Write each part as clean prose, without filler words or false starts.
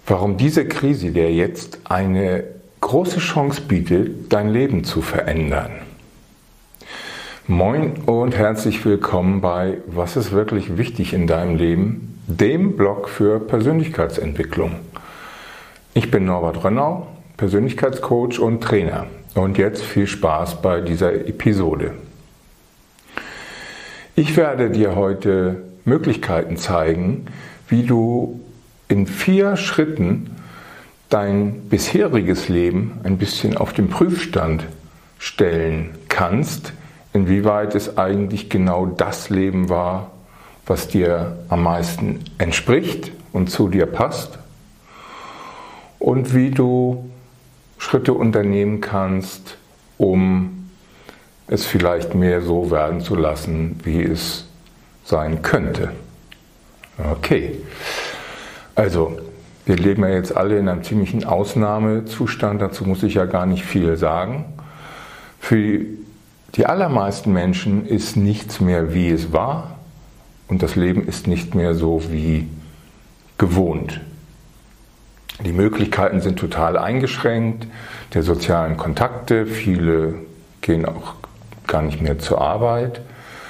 warum diese Krise dir jetzt eine große Chance bietet, dein Leben zu verändern. Moin und herzlich willkommen bei Was ist wirklich wichtig in deinem Leben, dem Blog für Persönlichkeitsentwicklung. Ich bin Norbert Rönnau, Persönlichkeitscoach und Trainer. Und jetzt viel Spaß bei dieser Episode. Ich werde dir heute Möglichkeiten zeigen, wie du in 4 Schritten dein bisheriges Leben ein bisschen auf den Prüfstand stellen kannst, inwieweit es eigentlich genau das Leben war, was dir am meisten entspricht und zu dir passt, und wie du Schritte unternehmen kannst, um es vielleicht mehr so werden zu lassen, wie es sein könnte. Okay, also wir leben ja jetzt alle in einem ziemlichen Ausnahmezustand, dazu muss ich ja gar nicht viel sagen. Für die allermeisten Menschen ist nichts mehr, wie es war, und das Leben ist nicht mehr so wie gewohnt. Die Möglichkeiten sind total eingeschränkt, der sozialen Kontakte, viele gehen auch gar nicht mehr zur Arbeit.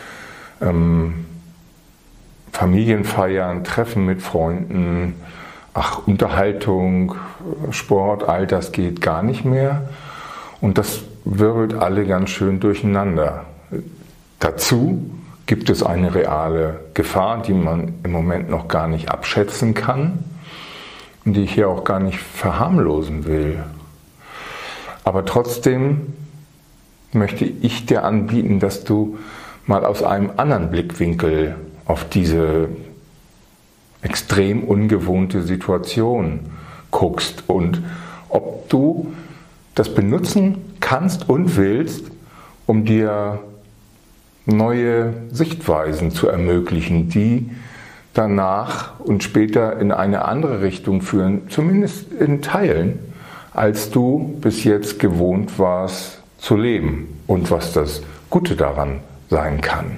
Familienfeiern, Treffen mit Freunden, Unterhaltung, Sport, all das geht gar nicht mehr. Und das wirbelt alle ganz schön durcheinander. Dazu gibt es eine reale Gefahr, die man im Moment noch gar nicht abschätzen kann und die ich hier auch gar nicht verharmlosen will. Aber trotzdem möchte ich dir anbieten, dass du mal aus einem anderen Blickwinkel auf diese extrem ungewohnte Situation guckst und ob du das benutzen kannst und willst, um dir neue Sichtweisen zu ermöglichen, die danach und später in eine andere Richtung führen, zumindest in Teilen, als du bis jetzt gewohnt warst zu leben und was das Gute daran sein kann.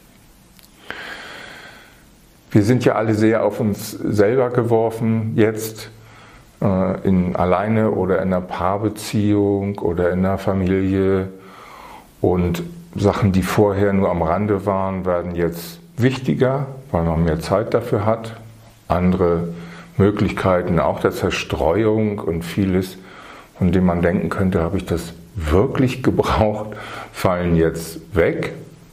Wir sind ja alle sehr auf uns selber geworfen, jetzt alleine oder in einer Paarbeziehung oder in einer Familie, und Sachen, die vorher nur am Rande waren, werden jetzt wichtiger, weil man mehr Zeit dafür hat. Andere Möglichkeiten auch der Zerstreuung und vieles, von dem man denken könnte, habe ich das wirklich gebraucht, fallen jetzt weg.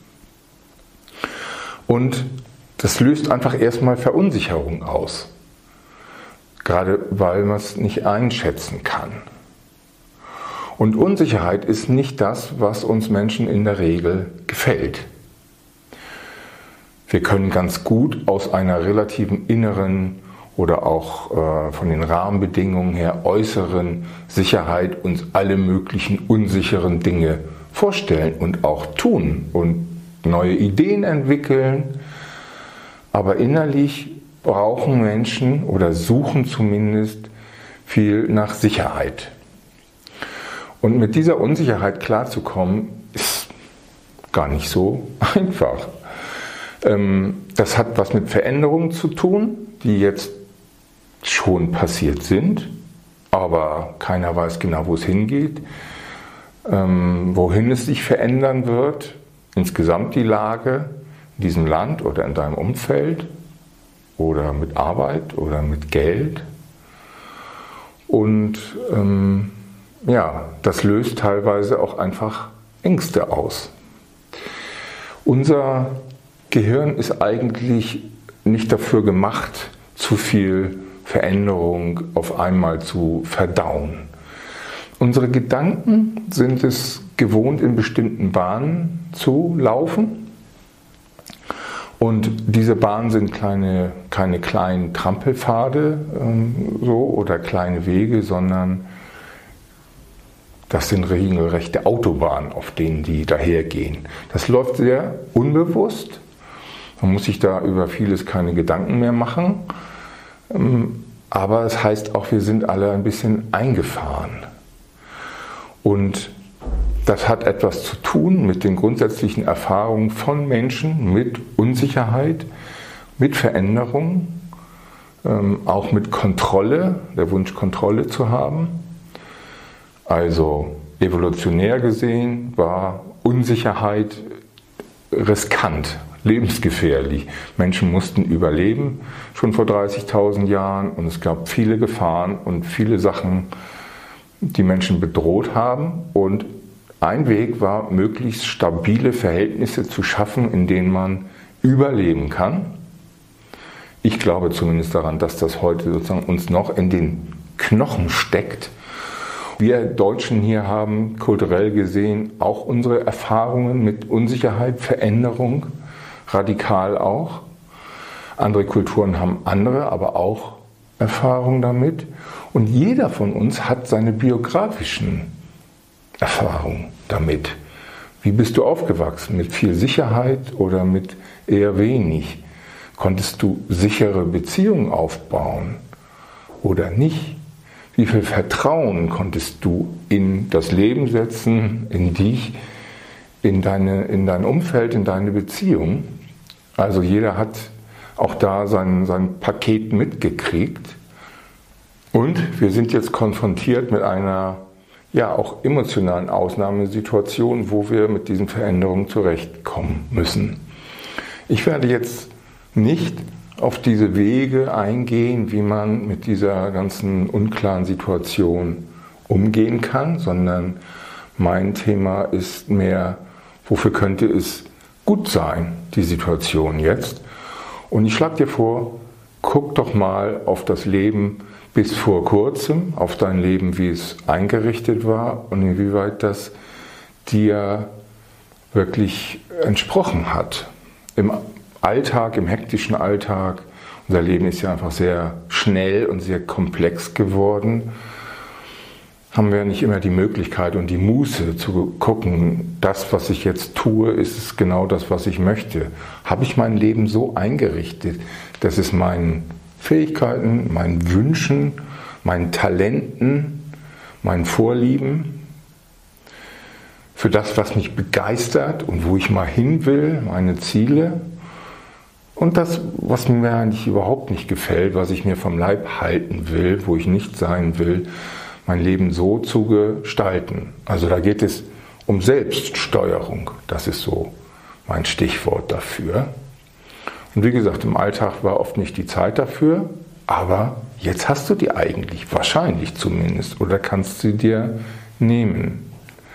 Und das löst einfach erstmal Verunsicherung aus, gerade weil man es nicht einschätzen kann. Und Unsicherheit ist nicht das, was uns Menschen in der Regel gefällt. Wir können ganz gut aus einer relativen inneren oder auch von den Rahmenbedingungen her äußeren Sicherheit uns alle möglichen unsicheren Dinge vorstellen und auch tun und neue Ideen entwickeln. Aber innerlich brauchen Menschen oder suchen zumindest viel nach Sicherheit. Und mit dieser Unsicherheit klarzukommen, ist gar nicht so einfach. Das hat was mit Veränderungen zu tun, die jetzt schon passiert sind, aber keiner weiß genau, wo es hingeht, wohin es sich verändern wird, insgesamt die Lage in diesem Land oder in deinem Umfeld oder mit Arbeit oder mit Geld. Und das löst teilweise auch einfach Ängste aus. Unser Gehirn ist eigentlich nicht dafür gemacht, zu viel Veränderung auf einmal zu verdauen. Unsere Gedanken sind es gewohnt, in bestimmten Bahnen zu laufen. Und diese Bahnen sind keine kleinen Trampelpfade oder kleine Wege, sondern das sind regelrechte Autobahnen, auf denen die dahergehen. Das läuft sehr unbewusst. Man muss sich da über vieles keine Gedanken mehr machen. Aber es heißt auch, wir sind alle ein bisschen eingefahren. Und das hat etwas zu tun mit den grundsätzlichen Erfahrungen von Menschen mit Unsicherheit, mit Veränderung, auch mit Kontrolle, der Wunsch Kontrolle zu haben. Also evolutionär gesehen war Unsicherheit riskant, lebensgefährlich. Menschen mussten überleben, schon vor 30.000 Jahren, und es gab viele Gefahren und viele Sachen, die Menschen bedroht haben. Und ein Weg war, möglichst stabile Verhältnisse zu schaffen, in denen man überleben kann. Ich glaube zumindest daran, dass das heute sozusagen uns noch in den Knochen steckt. Wir Deutschen hier haben kulturell gesehen auch unsere Erfahrungen mit Unsicherheit, Veränderung, radikal auch. Andere Kulturen haben andere, aber auch Erfahrungen damit. Und jeder von uns hat seine biografischen Erfahrungen damit. Wie bist du aufgewachsen? Mit viel Sicherheit oder mit eher wenig? Konntest du sichere Beziehungen aufbauen oder nicht? Wie viel Vertrauen konntest du in das Leben setzen, in dich, in dein Umfeld, in deine Beziehung? Also jeder hat auch da sein Paket mitgekriegt. Und wir sind jetzt konfrontiert mit einer auch emotionalen Ausnahmesituation, wo wir mit diesen Veränderungen zurechtkommen müssen. Ich werde jetzt nicht auf diese Wege eingehen, wie man mit dieser ganzen unklaren Situation umgehen kann, sondern mein Thema ist mehr, wofür könnte es gut sein, die Situation jetzt. Und ich schlage dir vor, guck doch mal auf das Leben bis vor kurzem, auf dein Leben, wie es eingerichtet war und inwieweit das dir wirklich entsprochen hat. Im Alltag, im hektischen Alltag, unser Leben ist ja einfach sehr schnell und sehr komplex geworden, haben wir nicht immer die Möglichkeit und die Muße zu gucken, das, was ich jetzt tue, ist es genau das, was ich möchte. Habe ich mein Leben so eingerichtet, dass es meinen Fähigkeiten, meinen Wünschen, meinen Talenten, meinen Vorlieben, für das, was mich begeistert und wo ich mal hin will, meine Ziele, und das, was mir eigentlich überhaupt nicht gefällt, was ich mir vom Leib halten will, wo ich nicht sein will, mein Leben so zu gestalten. Also da geht es um Selbststeuerung. Das ist so mein Stichwort dafür. Und wie gesagt, im Alltag war oft nicht die Zeit dafür, aber jetzt hast du die eigentlich, wahrscheinlich zumindest, oder kannst sie dir nehmen.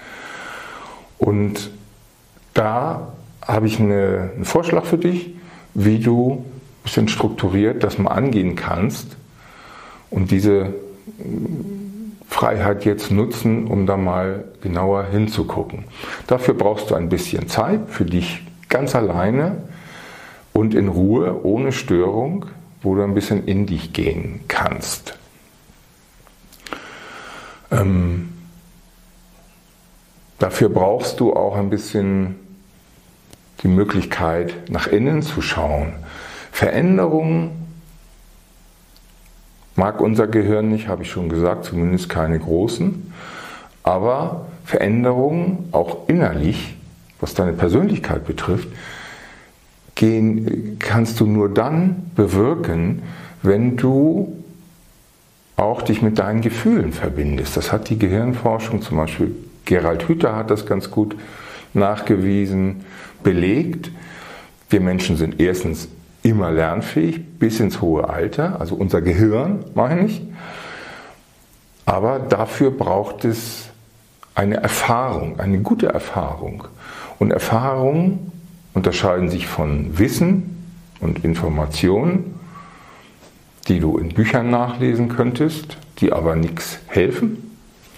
Und da habe ich einen Vorschlag für dich, wie du ein bisschen strukturiert das mal angehen kannst und diese Freiheit jetzt nutzen, um da mal genauer hinzugucken. Dafür brauchst du ein bisschen Zeit für dich ganz alleine und in Ruhe, ohne Störung, wo du ein bisschen in dich gehen kannst. Dafür brauchst du auch ein bisschen die Möglichkeit, nach innen zu schauen. Veränderungen mag unser Gehirn nicht, habe ich schon gesagt, zumindest keine großen. Aber Veränderungen, auch innerlich, was deine Persönlichkeit betrifft, kannst du nur dann bewirken, wenn du auch dich mit deinen Gefühlen verbindest. Das hat die Gehirnforschung, zum Beispiel Gerald Hüther hat das ganz gut nachgewiesen, belegt. Wir Menschen sind erstens immer lernfähig, bis ins hohe Alter, also unser Gehirn, meine ich. Aber dafür braucht es eine Erfahrung, eine gute Erfahrung. Und Erfahrungen unterscheiden sich von Wissen und Informationen, die du in Büchern nachlesen könntest, die aber nichts helfen.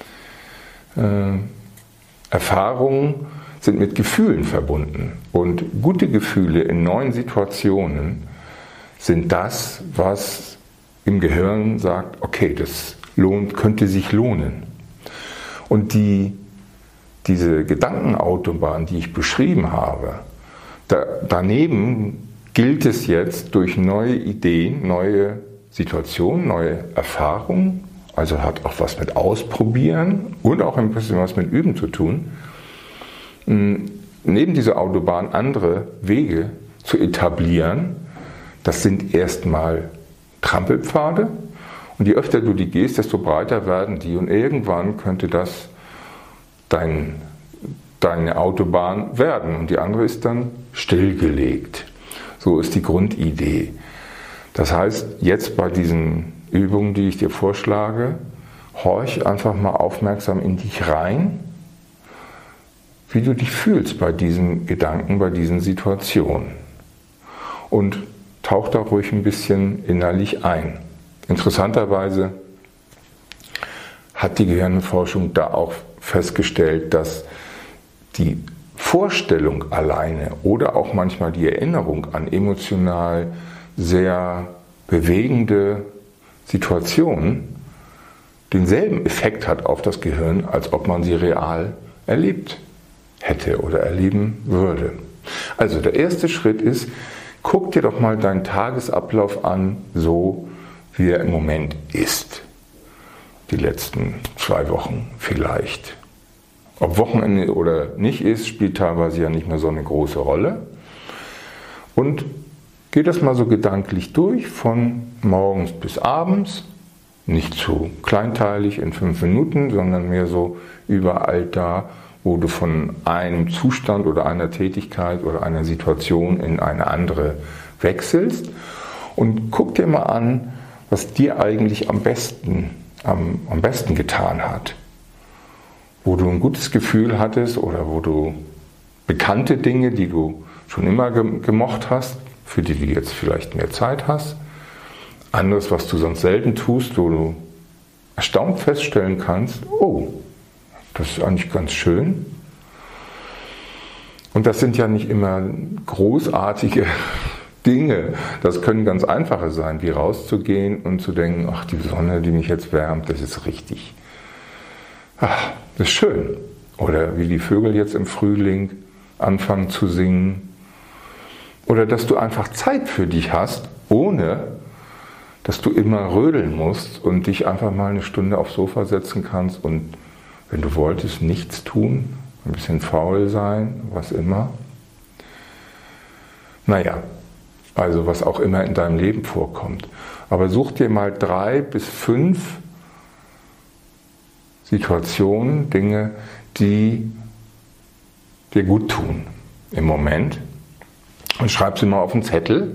Erfahrungen sind mit Gefühlen verbunden. Und gute Gefühle in neuen Situationen sind das, was im Gehirn sagt, okay, das könnte sich lohnen. Und diese Gedankenautobahn, die ich beschrieben habe, daneben gilt es jetzt durch neue Ideen, neue Situationen, neue Erfahrungen, also hat auch was mit Ausprobieren und auch ein bisschen was mit Üben zu tun, neben dieser Autobahn andere Wege zu etablieren. Das sind erstmal Trampelpfade und je öfter du die gehst, desto breiter werden die und irgendwann könnte das deine Autobahn werden und die andere ist dann stillgelegt. So ist die Grundidee. Das heißt, jetzt bei diesen Übungen, die ich dir vorschlage, horch einfach mal aufmerksam in dich rein, wie du dich fühlst bei diesen Gedanken, bei diesen Situationen. Und tauch da ruhig ein bisschen innerlich ein. Interessanterweise hat die Gehirnforschung da auch festgestellt, dass die Vorstellung alleine oder auch manchmal die Erinnerung an emotional sehr bewegende Situationen denselben Effekt hat auf das Gehirn, als ob man sie real erlebt hätte oder erleben würde. Also der erste Schritt ist, guck dir doch mal deinen Tagesablauf an, so wie er im Moment ist. Die letzten 2 Wochen vielleicht. Ob Wochenende oder nicht ist, spielt teilweise ja nicht mehr so eine große Rolle. Und geh das mal so gedanklich durch, von morgens bis abends. Nicht zu kleinteilig in 5 Minuten, sondern mehr so überall da, wo du von einem Zustand oder einer Tätigkeit oder einer Situation in eine andere wechselst. Und guck dir mal an, was dir eigentlich am besten getan hat. Wo du ein gutes Gefühl hattest oder wo du bekannte Dinge, die du schon immer gemocht hast, für die du jetzt vielleicht mehr Zeit hast. Anderes, was du sonst selten tust, wo du erstaunt feststellen kannst, oh, das ist eigentlich ganz schön. Und das sind ja nicht immer großartige Dinge. Das können ganz einfache sein, wie rauszugehen und zu denken, ach, die Sonne, die mich jetzt wärmt, das ist richtig. Ach, das ist schön. Oder wie die Vögel jetzt im Frühling anfangen zu singen. Oder dass du einfach Zeit für dich hast, ohne dass du immer rödeln musst und dich einfach mal eine Stunde aufs Sofa setzen kannst und, wenn du wolltest, nichts tun, ein bisschen faul sein, was immer. Naja, also was auch immer in deinem Leben vorkommt. Aber such dir mal 3 bis 5 Situationen, Dinge, die dir gut tun im Moment und schreib sie mal auf einen Zettel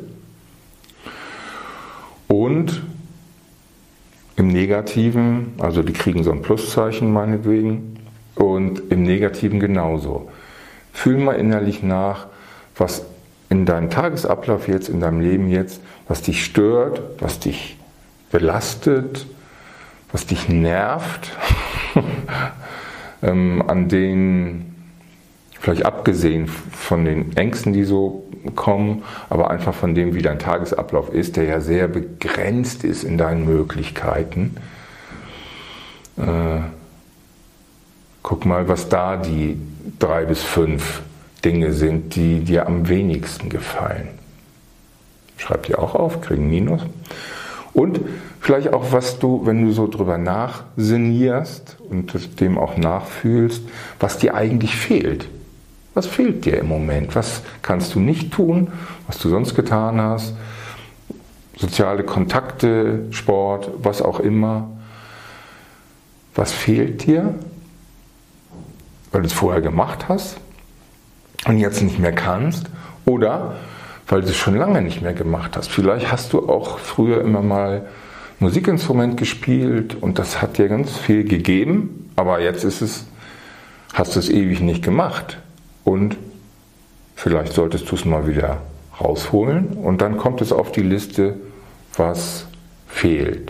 und im Negativen, also die kriegen so ein Pluszeichen meinetwegen und im Negativen genauso. Fühl mal innerlich nach, was in deinem Tagesablauf jetzt, in deinem Leben jetzt, was dich stört, was dich belastet, was dich nervt, an denen, vielleicht abgesehen von den Ängsten, die so kommen, aber einfach von dem, wie dein Tagesablauf ist, der ja sehr begrenzt ist in deinen Möglichkeiten. Guck mal, was da die 3 bis 5 Dinge sind, die dir am wenigsten gefallen. Schreib dir auch auf, krieg ein Minus. Und vielleicht auch, was du, wenn du so drüber nachsinnierst und dem auch nachfühlst, was dir eigentlich fehlt. Was fehlt dir im Moment? Was kannst du nicht tun, was du sonst getan hast? Soziale Kontakte, Sport, was auch immer. Was fehlt dir, weil du es vorher gemacht hast und jetzt nicht mehr kannst? Oder weil du es schon lange nicht mehr gemacht hast. Vielleicht hast du auch früher immer mal Musikinstrument gespielt und das hat dir ganz viel gegeben, aber jetzt hast du es ewig nicht gemacht. Und vielleicht solltest du es mal wieder rausholen und dann kommt es auf die Liste, was fehlt.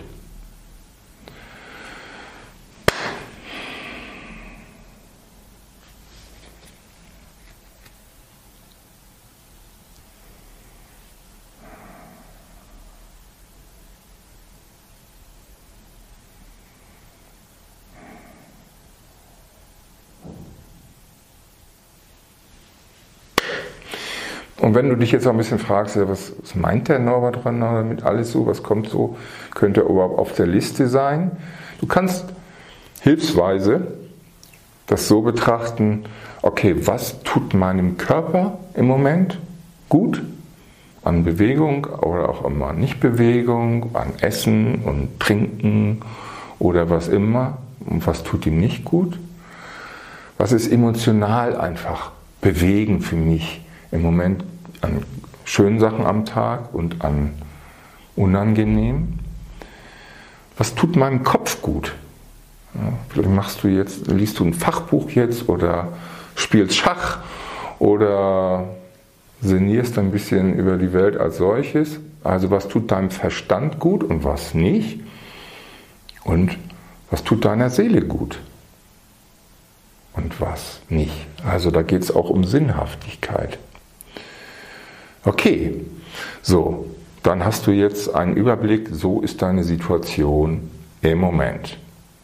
Und wenn du dich jetzt auch ein bisschen fragst, was meint der Norbert Rönnauer damit alles so, was kommt so, könnte überhaupt auf der Liste sein? Du kannst hilfsweise das so betrachten, okay, was tut meinem Körper im Moment gut an Bewegung oder auch immer Nichtbewegung, an Essen und Trinken oder was immer. Und was tut ihm nicht gut? Was ist emotional einfach bewegen für mich im Moment an schönen Sachen am Tag und an unangenehm? Was tut meinem Kopf gut? Ja, vielleicht liest du ein Fachbuch jetzt oder spielst Schach oder sinnierst ein bisschen über die Welt als solches. Also was tut deinem Verstand gut und was nicht? Und was tut deiner Seele gut? Und was nicht? Also da geht es auch um Sinnhaftigkeit. Okay, so, dann hast du jetzt einen Überblick, so ist deine Situation im Moment.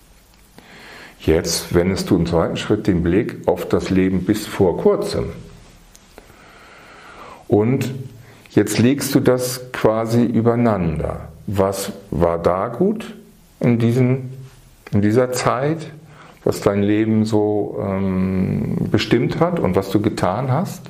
Jetzt wendest du im zweiten Schritt den Blick auf das Leben bis vor kurzem. Und jetzt legst du das quasi übereinander. Was war da gut in dieser Zeit, was dein Leben so bestimmt hat und was du getan hast?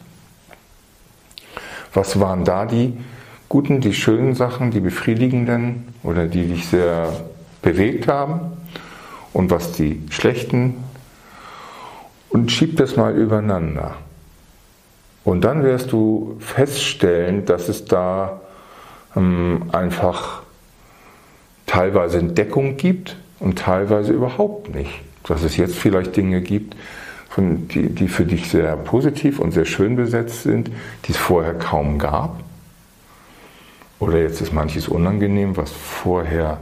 Was waren da die guten, die schönen Sachen, die befriedigenden oder die dich sehr bewegt haben? Und was die schlechten? Und schieb das mal übereinander. Und dann wirst du feststellen, dass es da einfach teilweise Entdeckung gibt und teilweise überhaupt nicht. Dass es jetzt vielleicht Dinge gibt, die für dich sehr positiv und sehr schön besetzt sind, die es vorher kaum gab. Oder jetzt ist manches unangenehm, was vorher,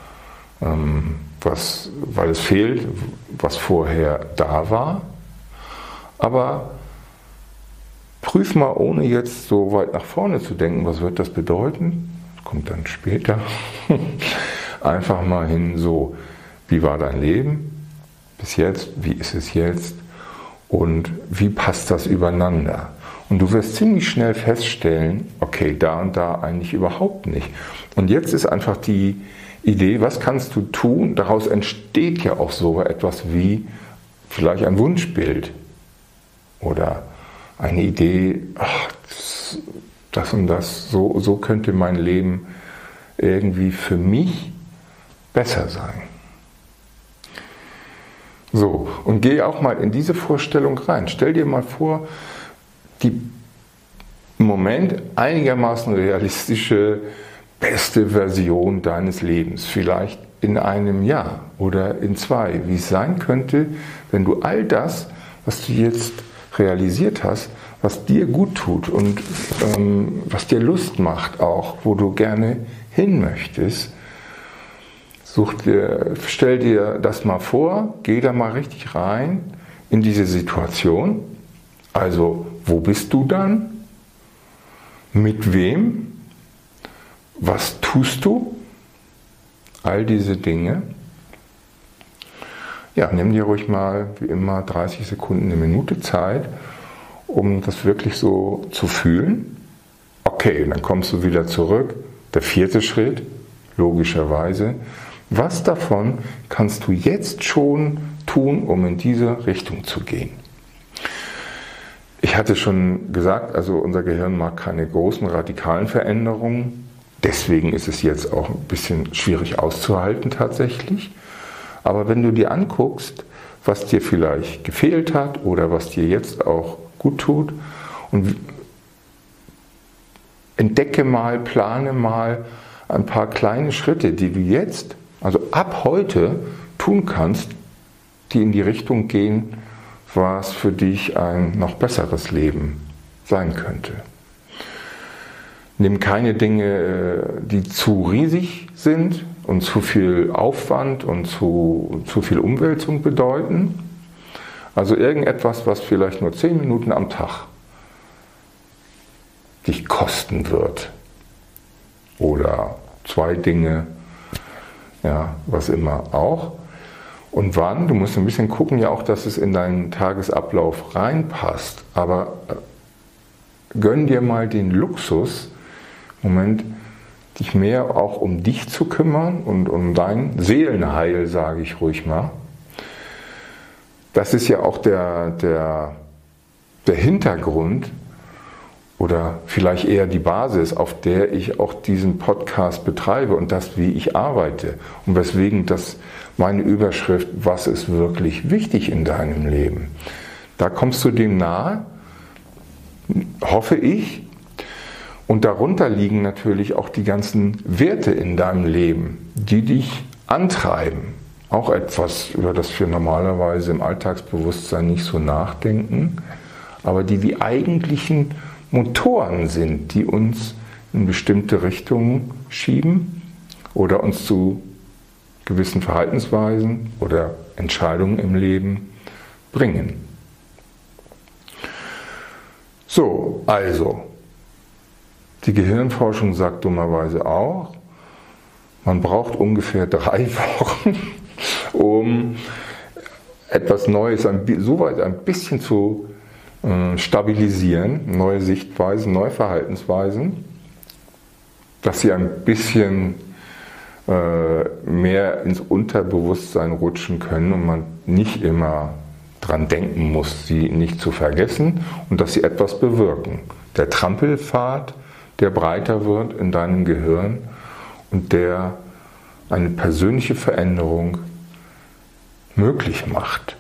weil es fehlt, was vorher da war. Aber prüf mal, ohne jetzt so weit nach vorne zu denken, was wird das bedeuten? Das kommt dann später. Einfach mal hin, so, wie war dein Leben bis jetzt, wie ist es jetzt und wie passt das übereinander? Und du wirst ziemlich schnell feststellen, okay, da und da eigentlich überhaupt nicht. Und jetzt ist einfach die Idee, was kannst du tun? Daraus entsteht ja auch so etwas wie vielleicht ein Wunschbild oder eine Idee, ach, das und das, so könnte mein Leben irgendwie für mich besser sein. So, und geh auch mal in diese Vorstellung rein. Stell dir mal vor, die im Moment einigermaßen realistische, beste Version deines Lebens, vielleicht in einem Jahr oder in 2, wie es sein könnte, wenn du all das, was du jetzt realisiert hast, was dir gut tut und was dir Lust macht auch, wo du gerne hin möchtest, stell dir das mal vor, geh da mal richtig rein in diese Situation. Also, wo bist du dann? Mit wem? Was tust du? All diese Dinge. Ja, nimm dir ruhig mal, wie immer, 30 Sekunden, eine Minute Zeit, um das wirklich so zu fühlen. Okay, dann kommst du wieder zurück. Der 4. Schritt, logischerweise. Was davon kannst du jetzt schon tun, um in diese Richtung zu gehen? Ich hatte schon gesagt, also unser Gehirn mag keine großen radikalen Veränderungen. Deswegen ist es jetzt auch ein bisschen schwierig auszuhalten tatsächlich. Aber wenn du dir anguckst, was dir vielleicht gefehlt hat oder was dir jetzt auch gut tut und entdecke mal, plane mal ein paar kleine Schritte, die du jetzt, also ab heute, tun kannst, die in die Richtung gehen, was für dich ein noch besseres Leben sein könnte. Nimm keine Dinge, die zu riesig sind und zu viel Aufwand und zu viel Umwälzung bedeuten. Also irgendetwas, was vielleicht nur 10 Minuten am Tag dich kosten wird. Oder 2 Dinge, ja, was immer auch. Und wann? Du musst ein bisschen gucken, ja auch, dass es in deinen Tagesablauf reinpasst. Aber gönn dir mal den Luxus, Moment, dich mehr auch um dich zu kümmern und um dein Seelenheil, sage ich ruhig mal. Das ist ja auch der Hintergrund, oder vielleicht eher die Basis, auf der ich auch diesen Podcast betreibe und das, wie ich arbeite und weswegen das meine Überschrift, was ist wirklich wichtig in deinem Leben? Da kommst du dem nahe, hoffe ich. Und darunter liegen natürlich auch die ganzen Werte in deinem Leben, die dich antreiben. Auch etwas, über das wir normalerweise im Alltagsbewusstsein nicht so nachdenken, aber die eigentlichen Motoren sind, die uns in bestimmte Richtungen schieben oder uns zu gewissen Verhaltensweisen oder Entscheidungen im Leben bringen. So, also, die Gehirnforschung sagt dummerweise auch, man braucht ungefähr 3 Wochen, um etwas Neues soweit ein bisschen zu stabilisieren, neue Sichtweisen, neue Verhaltensweisen, dass sie ein bisschen mehr ins Unterbewusstsein rutschen können und man nicht immer dran denken muss, sie nicht zu vergessen und dass sie etwas bewirken. Der Trampelpfad, der breiter wird in deinem Gehirn und der eine persönliche Veränderung möglich macht.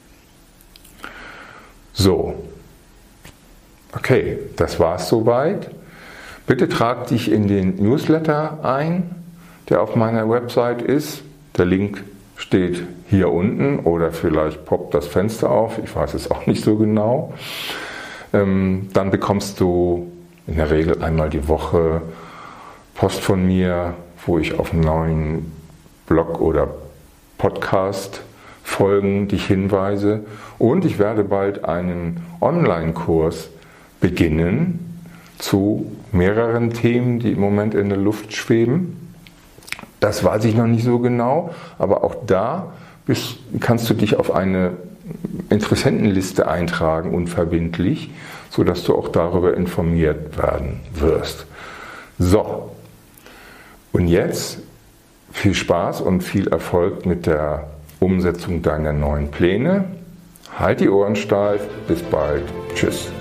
So, okay, das war's soweit. Bitte trag dich in den Newsletter ein, der auf meiner Website ist. Der Link steht hier unten oder vielleicht poppt das Fenster auf, ich weiß es auch nicht so genau. Dann bekommst du in der Regel einmal die Woche Post von mir, wo ich auf einen neuen Blog oder Podcast Folgen dich hinweise. Und ich werde bald einen Online-Kurs beginnen zu mehreren Themen, die im Moment in der Luft schweben. Das weiß ich noch nicht so genau, aber auch da kannst du dich auf eine Interessentenliste eintragen, unverbindlich, sodass du auch darüber informiert werden wirst. So, und jetzt viel Spaß und viel Erfolg mit der Umsetzung deiner neuen Pläne. Halt die Ohren steif, bis bald, tschüss.